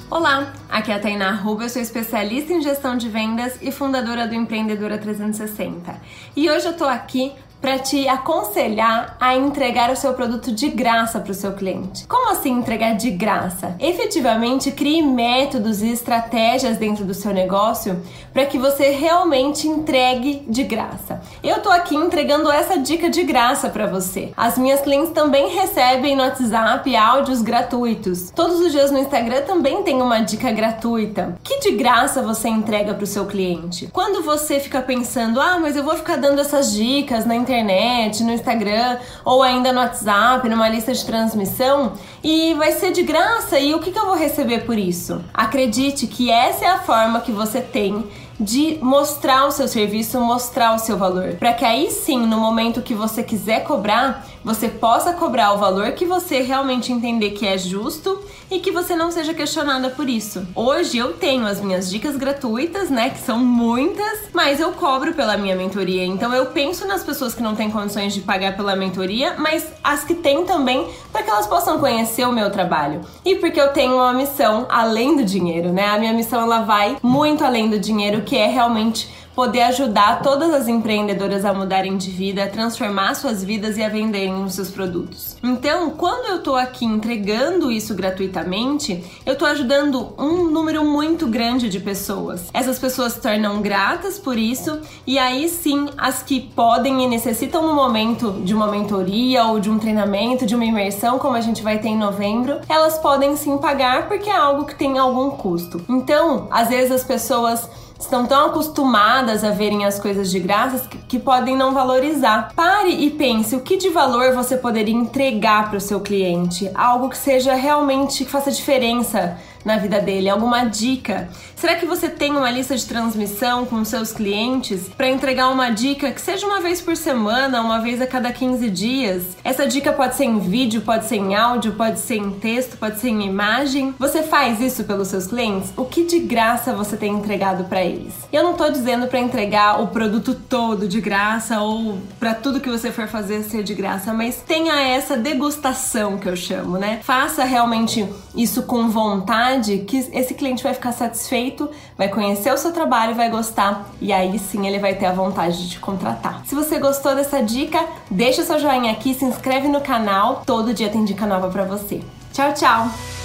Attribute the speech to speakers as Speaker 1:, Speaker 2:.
Speaker 1: Olá, aqui é a Tainá Ruba, eu sou especialista em gestão de vendas e fundadora do Empreendedora 360. E hoje eu tô aqui para te aconselhar a entregar o seu produto de graça para o seu cliente. Como assim entregar de graça? Efetivamente, crie métodos e estratégias dentro do seu negócio para que você realmente entregue de graça. Eu tô aqui entregando essa dica de graça para você. As minhas clientes também recebem no WhatsApp áudios gratuitos. Todos os dias no Instagram também tem uma dica gratuita. Que de graça você entrega para o seu cliente? Quando você fica pensando, mas eu vou ficar dando essas dicas na internet, no Instagram ou ainda no WhatsApp, numa lista de transmissão e vai ser de graça e o que eu vou receber por isso? Acredite que essa é a forma que você tem de mostrar o seu serviço, mostrar o seu valor, para que aí sim, no momento que você quiser cobrar, você possa cobrar o valor que você realmente entender que é justo e que você não seja questionada por isso. Hoje eu tenho as minhas dicas gratuitas, né, que são muitas, mas eu cobro pela minha mentoria, então eu penso nas pessoas que não têm condições de pagar pela mentoria, mas as que têm também, para que elas possam conhecer o meu trabalho. E porque eu tenho uma missão além do dinheiro, né, a minha missão ela vai muito além do dinheiro, que é realmente poder ajudar todas as empreendedoras a mudarem de vida, a transformar suas vidas e a venderem os seus produtos. Então, quando eu tô aqui entregando isso gratuitamente, eu tô ajudando um número muito grande de pessoas. Essas pessoas se tornam gratas por isso e aí sim, as que podem e necessitam no momento de uma mentoria ou de um treinamento, de uma imersão, como a gente vai ter em novembro, elas podem sim pagar porque é algo que tem algum custo. Então, às vezes as pessoas estão tão acostumadas a verem as coisas de graça que podem não valorizar. Pare e pense o que de valor você poderia entregar para o seu cliente. Algo que seja realmente, que faça diferença na vida dele, alguma dica. Será que você tem uma lista de transmissão com seus clientes para entregar uma dica que seja uma vez por semana, uma vez a cada 15 dias? Essa dica pode ser em vídeo, pode ser em áudio, pode ser em texto, pode ser em imagem. Você faz isso pelos seus clientes? O que de graça você tem entregado para eles? Eu não tô dizendo para entregar o produto todo de graça ou para tudo que você for fazer ser de graça, mas tenha essa degustação que eu chamo, né? Faça realmente isso com vontade, que esse cliente vai ficar satisfeito, vai conhecer o seu trabalho, vai gostar e aí sim ele vai ter a vontade de te contratar. Se você gostou dessa dica, deixa seu joinha aqui, se inscreve no canal, todo dia tem dica nova pra você. Tchau, tchau!